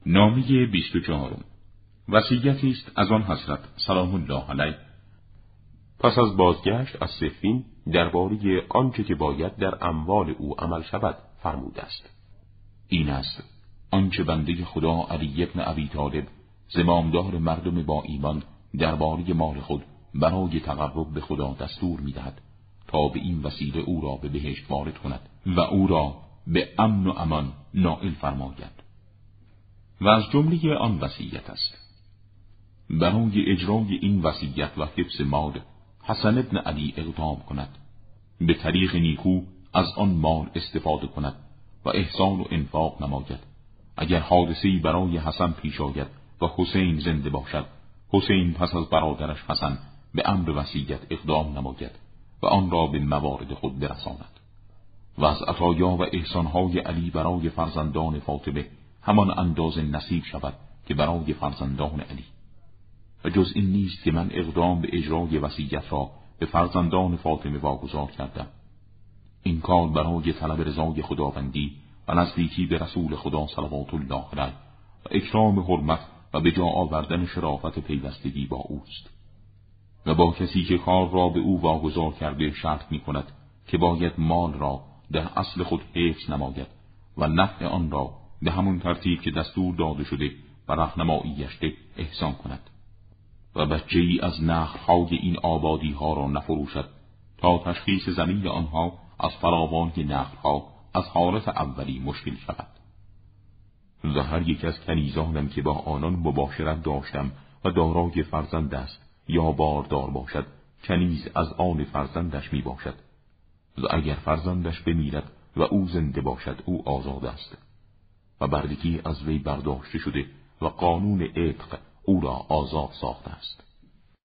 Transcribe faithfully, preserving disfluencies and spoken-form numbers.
نامه بیست و چهارم. وصیتی است از آن حضرت سلام الله علیه. پس از بازگشت از صفین درباره آنچه که باید در اموال او عمل شود فرموده است. این است آنچه بنده خدا علی ابن ابی طالب زمامدار مردم با ایمان درباره مال خود برای تقرب به خدا دستور می‌دهد تا به این وسیله او را به بهشت وارد کند و او را به امن و امان نائل فرماید. و از جمله آن وصیت است برای اجرای این وصیت و حفظ مال حسن ابن علی اقدام کند، به طریق نیکو از آن مال استفاده کند و احسان و انفاق نماید. اگر حادثه‌ای برای حسن پیش آید و حسین زنده باشد، حسین پس از برادرش حسن به امر وصیت اقدام نماید و آن را به موارد خود برساند. و از عطایا و احسانهای علی برای فرزندان فاطمه همان اندازه نصیب شود که برای فرزندان علی. و جز این نیست که من اقدام به اجرای وصیت را به فرزندان فاطمه واگذار کردم. این کار برای طلب رضای خداوندی و نزدیکی به رسول خدا صلوات الله علیه و اکرام حرمت و به جا آوردن شرافت پیوستگی با اوست. و با کسی که کار را به او واگذار کرده شرط می کند که باید مال را در اصل خود حفظ نماید و نفع آن را به همون ترتیب که دستور داده شده و راهنماییش ده احسان کند و بچه ای از نخل‌های این آبادی ها را نفروشد تا تشخیص زمین آنها از فراوانی نخل‌ها از حالت اولی مشکل شود. و هر یک از کنیزانم که با آنان مباشرت داشتم و دارای فرزند است یا باردار باشد، کنیز از آن فرزندش می باشد. و اگر فرزندش بمیرد و او زنده باشد، او آزاد است و بردگی از وی برداشته شده و قانون عتق او را آزاد ساخته است.